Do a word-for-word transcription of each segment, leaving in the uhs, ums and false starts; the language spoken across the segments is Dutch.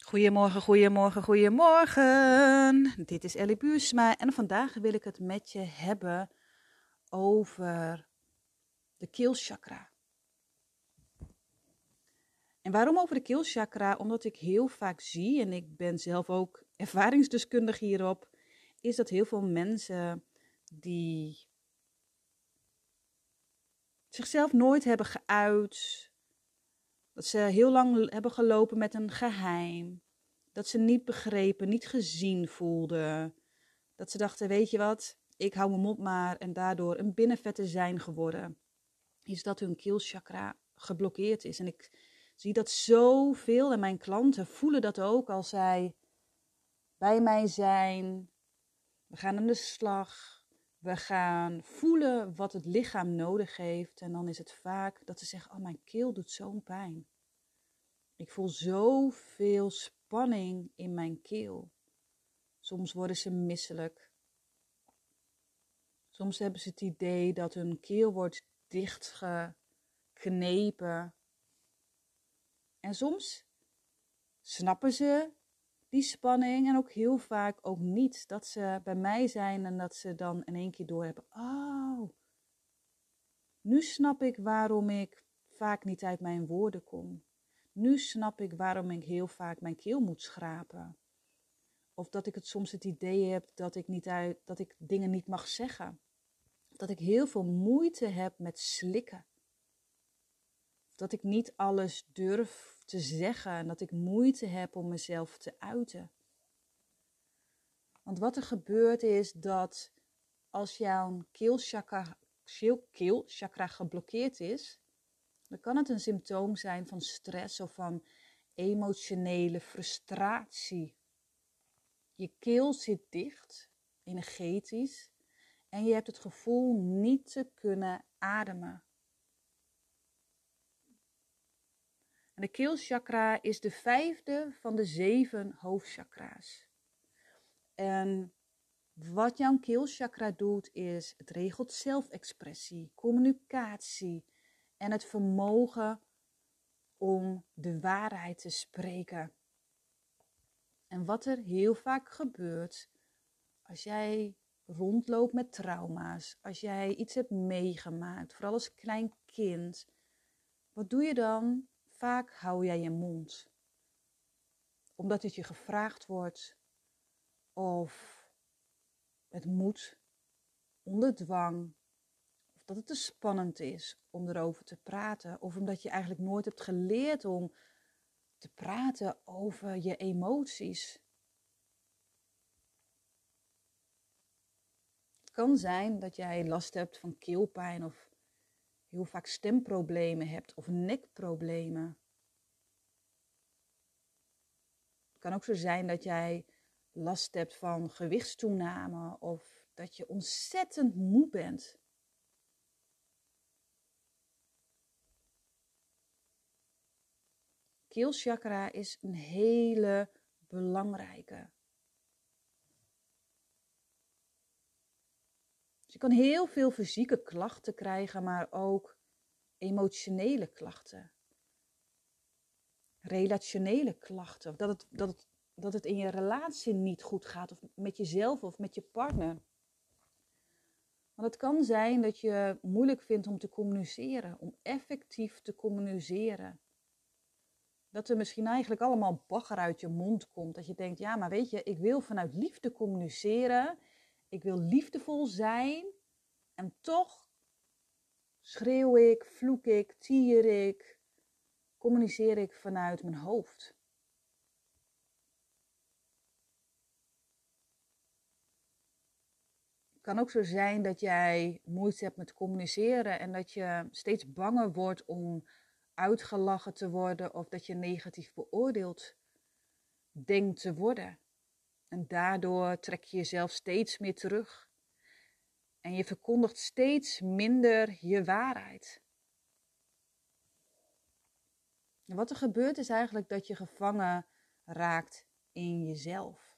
Goedemorgen, goedemorgen, goedemorgen. Dit is Ellie Buursma en vandaag wil ik het met je hebben over de keelchakra. En waarom over de keelchakra? Omdat ik heel vaak zie, en ik ben zelf ook ervaringsdeskundig hierop, is dat heel veel mensen die zichzelf nooit hebben geuit, dat ze heel lang hebben gelopen met een geheim, dat ze niet begrepen, niet gezien voelden. Dat ze dachten, weet je wat, ik hou mijn mond maar en daardoor een binnenvette zijn geworden. Is dat hun keelchakra geblokkeerd is. En ik zie dat zoveel en mijn klanten voelen dat ook als zij bij mij zijn. We gaan aan de slag. We gaan voelen wat het lichaam nodig heeft. En dan is het vaak dat ze zeggen, oh mijn keel doet zo'n pijn. Ik voel zoveel spanning in mijn keel. Soms worden ze misselijk. Soms hebben ze het idee dat hun keel wordt dichtgeknepen. En soms snappen ze die spanning en ook heel vaak ook niet. Dat ze bij mij zijn en dat ze dan in één keer doorhebben. Oh, nu snap ik waarom ik vaak niet uit mijn woorden kom. Nu snap ik waarom ik heel vaak mijn keel moet schrapen. Of dat ik het soms het idee heb dat ik, niet uit, dat ik dingen niet mag zeggen. Dat ik heel veel moeite heb met slikken. Dat ik niet alles durf te zeggen en dat ik moeite heb om mezelf te uiten. Want wat er gebeurt is dat als jouw keelchakra, keelchakra geblokkeerd is, dan kan het een symptoom zijn van stress of van emotionele frustratie. Je keel zit dicht, energetisch, en je hebt het gevoel niet te kunnen ademen. En de keelchakra is de vijfde van de zeven hoofdchakra's. En wat jouw keelchakra doet is, het regelt zelfexpressie, communicatie en het vermogen om de waarheid te spreken. En wat er heel vaak gebeurt, als jij rondloopt met trauma's, als jij iets hebt meegemaakt, vooral als klein kind, wat doe je dan? Vaak hou jij je mond. Omdat het je gevraagd wordt of het moet onder dwang. Of dat het te spannend is om erover te praten. Of omdat je eigenlijk nooit hebt geleerd om te praten over je emoties. Het kan zijn dat jij last hebt van keelpijn of heel vaak stemproblemen hebt of nekproblemen. Het kan ook zo zijn dat jij last hebt van gewichtstoename of dat je ontzettend moe bent. Keelchakra is een hele belangrijke. Dus je kan heel veel fysieke klachten krijgen, maar ook emotionele klachten. Relationele klachten. Of dat het, dat het, dat het in je relatie niet goed gaat. Of met jezelf of met je partner. Want het kan zijn dat je moeilijk vindt om te communiceren. Om effectief te communiceren. Dat er misschien eigenlijk allemaal bagger uit je mond komt. Dat je denkt, ja maar weet je, ik wil vanuit liefde communiceren. Ik wil liefdevol zijn. En toch schreeuw ik, vloek ik, tier ik. Communiceer ik vanuit mijn hoofd. Het kan ook zo zijn dat jij moeite hebt met communiceren en dat je steeds banger wordt om uitgelachen te worden of dat je negatief beoordeeld denkt te worden. En daardoor trek je jezelf steeds meer terug. En je verkondigt steeds minder je waarheid. En wat er gebeurt is eigenlijk dat je gevangen raakt in jezelf.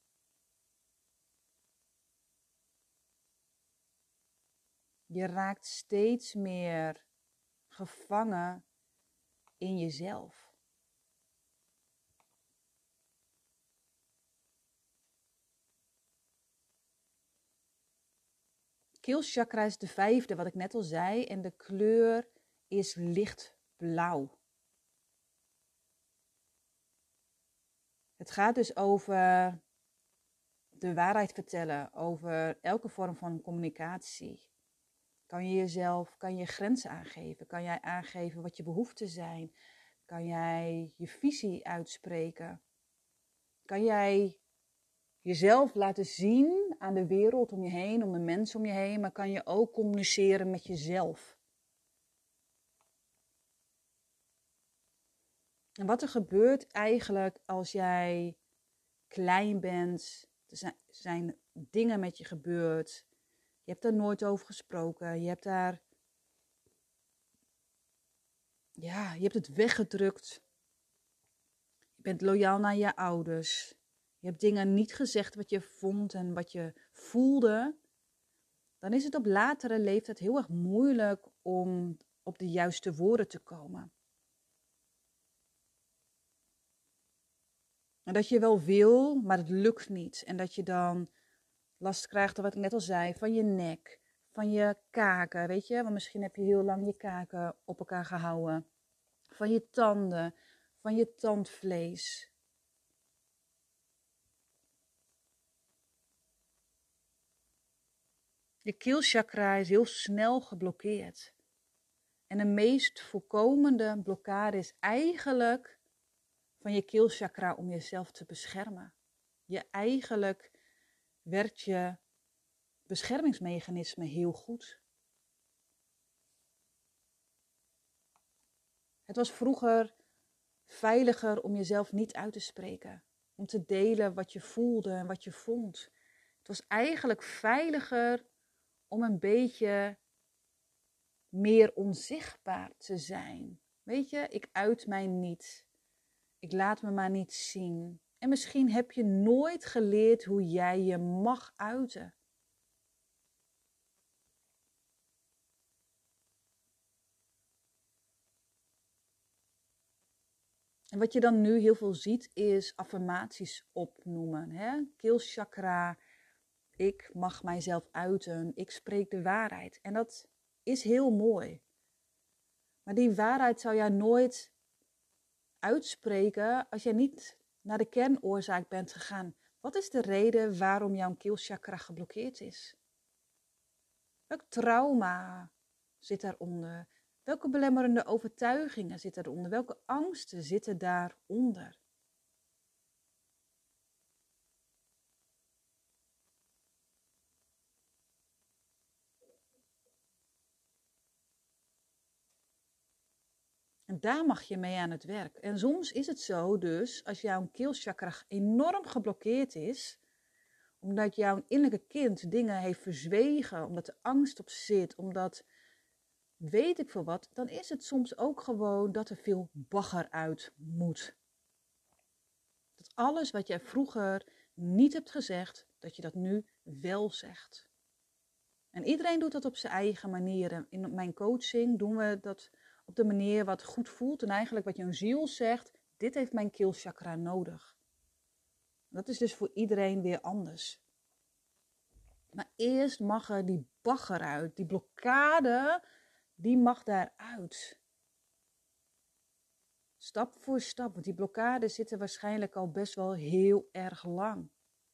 Je raakt steeds meer gevangen in jezelf. keelchakra is de vijfde, wat ik net al zei. En de kleur is lichtblauw. Het gaat dus over de waarheid vertellen. Over elke vorm van communicatie. Kan je jezelf, kan je grenzen aangeven? Kan jij aangeven wat je behoeften zijn? Kan jij je visie uitspreken? Kan jij jezelf laten zien aan de wereld om je heen, om de mensen om je heen, maar kan je ook communiceren met jezelf? En wat er gebeurt eigenlijk als jij klein bent, er zijn dingen met je gebeurd, je hebt daar nooit over gesproken, je hebt daar, ja, je hebt het weggedrukt. Je bent loyaal naar je ouders. Je hebt dingen niet gezegd wat je vond en wat je voelde. Dan is het op latere leeftijd heel erg moeilijk om op de juiste woorden te komen. En dat je wel wil, maar het lukt niet. En dat je dan last krijgt, wat ik net al zei, van je nek, van je kaken, weet je. Want misschien heb je heel lang je kaken op elkaar gehouden. Van je tanden, van je tandvlees. Je keelchakra is heel snel geblokkeerd. En de meest voorkomende blokkade is eigenlijk van je keelchakra om jezelf te beschermen. Je eigenlijk werkt je beschermingsmechanisme heel goed. Het was vroeger veiliger om jezelf niet uit te spreken. Om te delen wat je voelde en wat je vond. Het was eigenlijk veiliger om een beetje meer onzichtbaar te zijn. Weet je, ik uit mij niet. Ik laat me maar niet zien. En misschien heb je nooit geleerd hoe jij je mag uiten. En wat je dan nu heel veel ziet is affirmaties opnoemen. Hè? Keelchakra, ik mag mijzelf uiten, ik spreek de waarheid. En dat is heel mooi. Maar die waarheid zou jij nooit uitspreken als jij niet naar de kernoorzaak bent gegaan. Wat is de reden waarom jouw keelchakra geblokkeerd is? Welk trauma zit daaronder? Welke belemmerende overtuigingen zitten eronder? Welke angsten zitten daaronder? En daar mag je mee aan het werk. En soms is het zo dus, als jouw keelchakra enorm geblokkeerd is, omdat jouw innerlijke kind dingen heeft verzwegen, omdat er angst op zit, omdat weet ik veel wat, dan is het soms ook gewoon dat er veel bagger uit moet. Dat alles wat jij vroeger niet hebt gezegd, dat je dat nu wel zegt. En iedereen doet dat op zijn eigen manier. In mijn coaching doen we dat op de manier wat goed voelt. En eigenlijk wat jouw ziel zegt, dit heeft mijn keelchakra nodig. Dat is dus voor iedereen weer anders. Maar eerst mag er die bagger uit, die blokkade, die mag daaruit. Stap voor stap, want die blokkade zitten waarschijnlijk al best wel heel erg lang.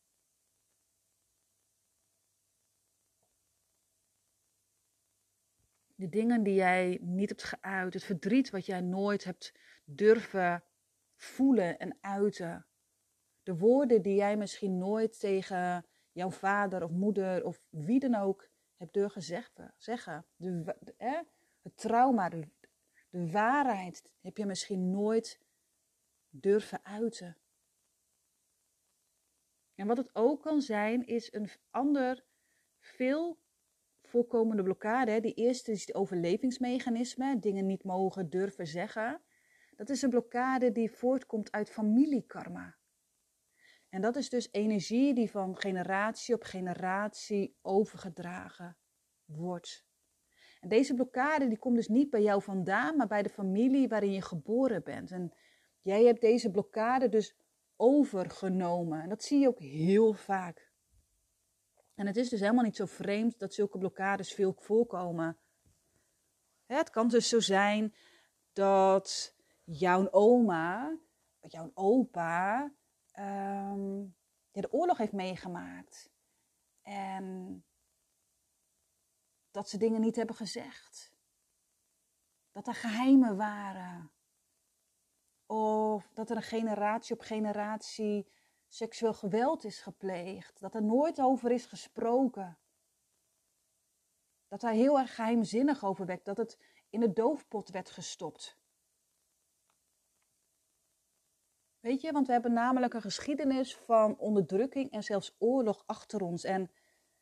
De dingen die jij niet hebt geuit, het verdriet wat jij nooit hebt durven voelen en uiten. De woorden die jij misschien nooit tegen jouw vader of moeder of wie dan ook hebt durven zeggen. De, de, eh, het trauma, de, de waarheid heb je misschien nooit durven uiten. En wat het ook kan zijn, is een ander veel voorkomende blokkade. Die eerste is het overlevingsmechanisme, dingen niet mogen durven zeggen. Dat is een blokkade die voortkomt uit familiekarma. En dat is dus energie die van generatie op generatie overgedragen wordt. En deze blokkade die komt dus niet bij jou vandaan, maar bij de familie waarin je geboren bent. En jij hebt deze blokkade dus overgenomen. En dat zie je ook heel vaak. En het is dus helemaal niet zo vreemd dat zulke blokkades veel voorkomen. Het kan dus zo zijn dat jouw oma, jouw opa, um, ja, de oorlog heeft meegemaakt. En dat ze dingen niet hebben gezegd. Dat er geheimen waren. Of dat er een generatie op generatie seksueel geweld is gepleegd. Dat er nooit over is gesproken. Dat daar heel erg geheimzinnig over werd. Dat het in de doofpot werd gestopt. Weet je, want we hebben namelijk een geschiedenis van onderdrukking en zelfs oorlog achter ons. En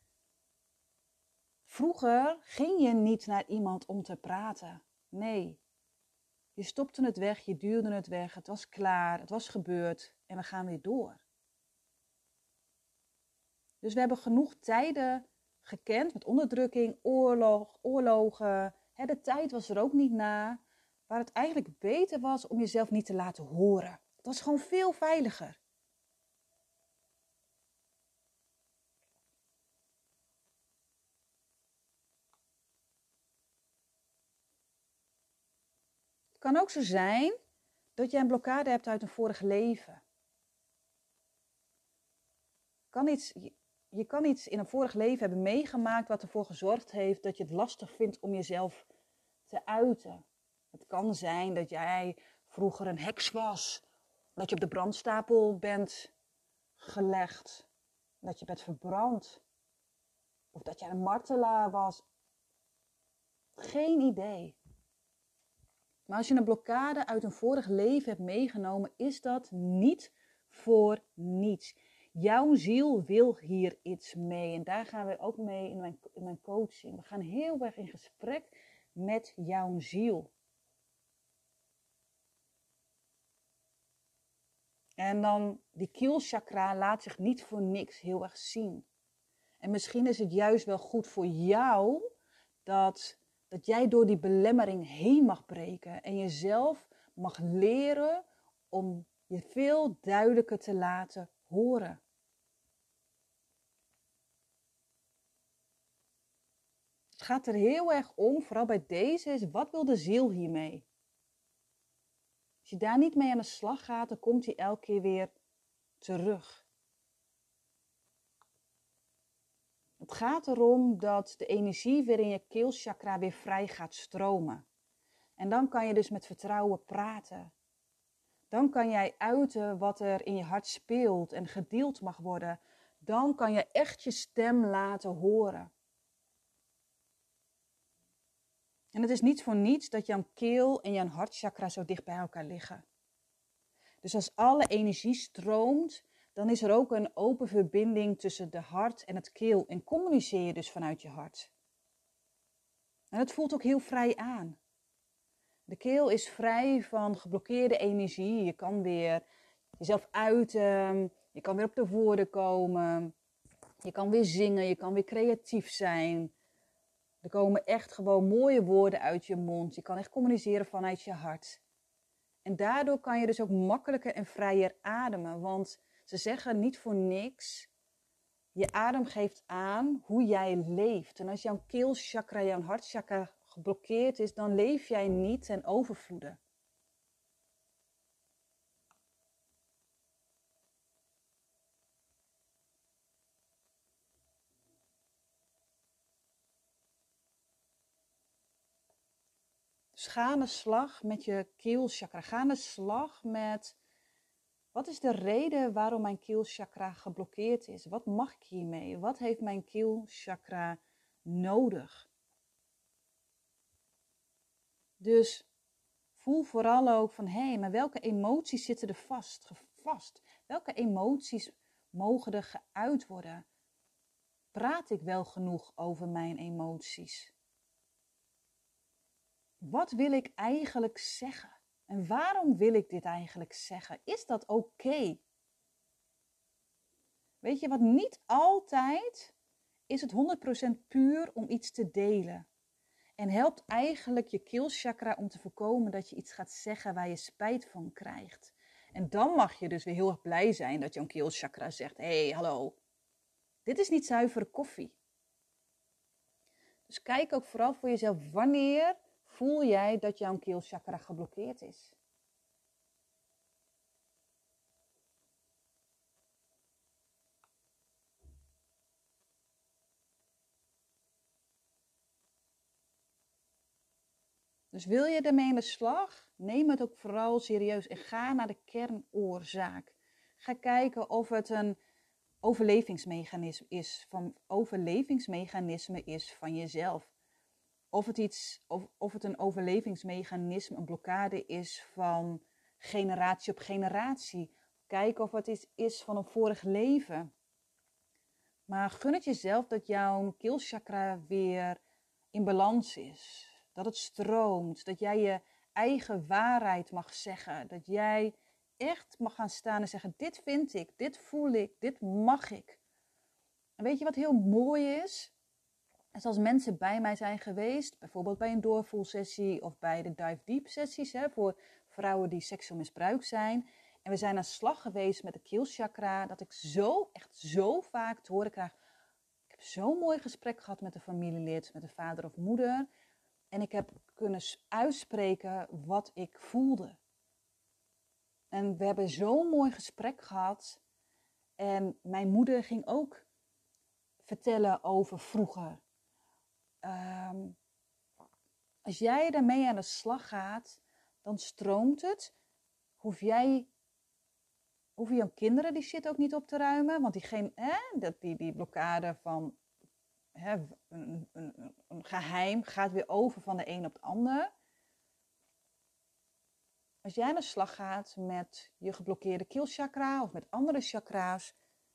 vroeger ging je niet naar iemand om te praten. Nee. Je stopte het weg, je duwde het weg, het was klaar, het was gebeurd en we gaan weer door. Dus we hebben genoeg tijden gekend met onderdrukking, oorlog, oorlogen. Hè, de tijd was er ook niet na, waar het eigenlijk beter was om jezelf niet te laten horen. Het was gewoon veel veiliger. Het kan ook zo zijn dat je een blokkade hebt uit een vorig leven. Kan iets, je kan iets in een vorig leven hebben meegemaakt wat ervoor gezorgd heeft dat je het lastig vindt om jezelf te uiten. Het kan zijn dat jij vroeger een heks was, dat je op de brandstapel bent gelegd, dat je bent verbrand, of dat jij een martelaar was. Geen idee. Maar als je een blokkade uit een vorig leven hebt meegenomen, is dat niet voor niets. Jouw ziel wil hier iets mee. En daar gaan we ook mee in mijn, in mijn coaching. We gaan heel erg in gesprek met jouw ziel. En dan, die keelchakra laat zich niet voor niks heel erg zien. En misschien is het juist wel goed voor jou dat, dat jij door die belemmering heen mag breken. En jezelf mag leren om je veel duidelijker te laten horen. Het gaat er heel erg om, vooral bij deze, is wat wil de ziel hiermee? Als je daar niet mee aan de slag gaat, dan komt hij elke keer weer terug. Het gaat erom dat de energie weer in je keelchakra weer vrij gaat stromen. En dan kan je dus met vertrouwen praten. Dan kan jij uiten wat er in je hart speelt en gedeeld mag worden. Dan kan je echt je stem laten horen. En het is niet voor niets dat jouw keel en jouw hartchakra zo dicht bij elkaar liggen. Dus als alle energie stroomt, dan is er ook een open verbinding tussen de hart en het keel. En communiceer je dus vanuit je hart. En het voelt ook heel vrij aan. De keel is vrij van geblokkeerde energie. Je kan weer jezelf uiten, je kan weer op de woorden komen. Je kan weer zingen, je kan weer creatief zijn. Er komen echt gewoon mooie woorden uit je mond. Je kan echt communiceren vanuit je hart. En daardoor kan je dus ook makkelijker en vrijer ademen. Want ze zeggen niet voor niks, je adem geeft aan hoe jij leeft. En als jouw keelchakra, jouw hartchakra geblokkeerd is, dan leef jij niet ten overvloede. Dus ga aan de slag met je keelchakra. Ga aan de slag met, wat is de reden waarom mijn keelchakra geblokkeerd is? Wat mag ik hiermee? Wat heeft mijn keelchakra nodig? Dus voel vooral ook van, hé, hey, maar welke emoties zitten er vast? vast? Welke emoties mogen er geuit worden? Praat ik wel genoeg over mijn emoties? Wat wil ik eigenlijk zeggen? En waarom wil ik dit eigenlijk zeggen? Is dat oké? Okay? Weet je wat, niet altijd is het honderd procent puur om iets te delen. En helpt eigenlijk je keelchakra om te voorkomen dat je iets gaat zeggen waar je spijt van krijgt. En dan mag je dus weer heel erg blij zijn dat jouw keelchakra zegt, hé, hey, hallo, Dit is niet zuivere koffie. Dus kijk ook vooral voor jezelf, wanneer voel jij dat jouw keelchakra geblokkeerd is? Dus wil je ermee aan de slag? Neem het ook vooral serieus en ga naar de kernoorzaak. Ga kijken of het een overlevingsmechanisme is van, overlevingsmechanisme is van jezelf. Of het, iets, of, of het een overlevingsmechanisme, een blokkade is van generatie op generatie. Kijk of het iets is van een vorig leven. Maar gun het jezelf dat jouw keelchakra weer in balans is. Dat het stroomt. Dat jij je eigen waarheid mag zeggen. Dat jij echt mag gaan staan en zeggen, dit vind ik, dit voel ik, dit mag ik. En weet je wat heel mooi is? En als mensen bij mij zijn geweest, bijvoorbeeld bij een doorvoelsessie of bij de dive deep sessies, hè, voor vrouwen die seksueel misbruikt zijn. En we zijn aan de slag geweest met de keelchakra, dat ik zo, echt zo vaak te horen krijg. Ik heb zo'n mooi gesprek gehad met een familielid, met de vader of moeder. En ik heb kunnen uitspreken wat ik voelde. En we hebben zo'n mooi gesprek gehad. En mijn moeder ging ook vertellen over vroeger. Um, als jij daarmee aan de slag gaat, dan stroomt het. Hoef jij, hoef je jouw kinderen die shit ook niet op te ruimen. Want die, geen, hè, dat, die, die blokkade van hè, een, een, een geheim gaat weer over van de een op de ander. Als jij aan de slag gaat met je geblokkeerde keelchakra of met andere chakra's,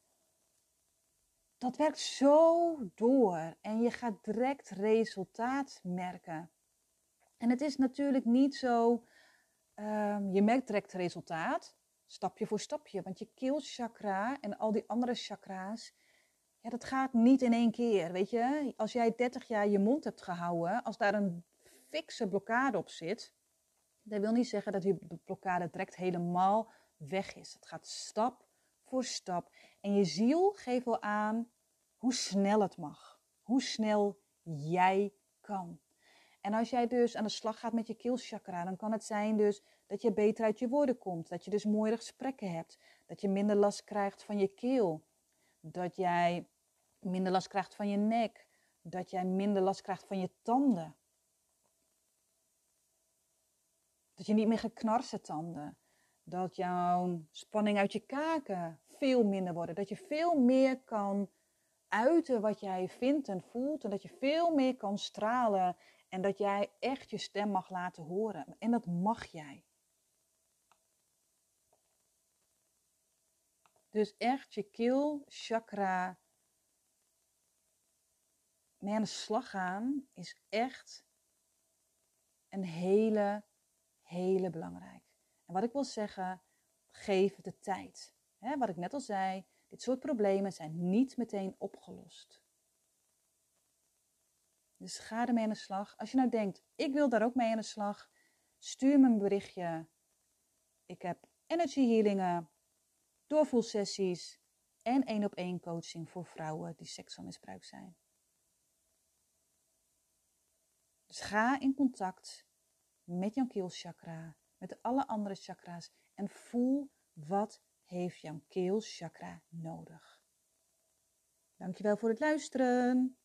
dat werkt zo door en je gaat direct resultaat merken. En het is natuurlijk niet zo, um, je merkt direct resultaat, stapje voor stapje. Want je keelchakra en al die andere chakra's, ja, dat gaat niet in één keer. Weet je, als jij dertig jaar je mond hebt gehouden, als daar een fikse blokkade op zit, dat wil niet zeggen dat die blokkade direct helemaal weg is. Het gaat stap voor stap. En je ziel geeft wel aan hoe snel het mag. Hoe snel jij kan. En als jij dus aan de slag gaat met je keelchakra, dan kan het zijn dus dat je beter uit je woorden komt. Dat je dus mooiere gesprekken hebt. Dat je minder last krijgt van je keel. Dat jij minder last krijgt van je nek. Dat jij minder last krijgt van je tanden. Dat je niet meer gaat knarsen tanden. Dat jouw spanning uit je kaken veel minder wordt. Dat je veel meer kan uiten wat jij vindt en voelt. En dat je veel meer kan stralen. En dat jij echt je stem mag laten horen. En dat mag jij. Dus echt je keelchakra mee aan de slag gaan is echt een hele, hele belangrijk. En wat ik wil zeggen, geef het de tijd. He, wat ik net al zei, dit soort problemen zijn niet meteen opgelost. Dus ga ermee aan de slag. Als je nou denkt, ik wil daar ook mee aan de slag, stuur me een berichtje. Ik heb energy healingen, doorvoelsessies en één op één coaching voor vrouwen die seksueel misbruikt zijn. Dus ga in contact met jouw keelchakra, met alle andere chakra's en voel wat heeft jouw keelchakra nodig. Dankjewel voor het luisteren.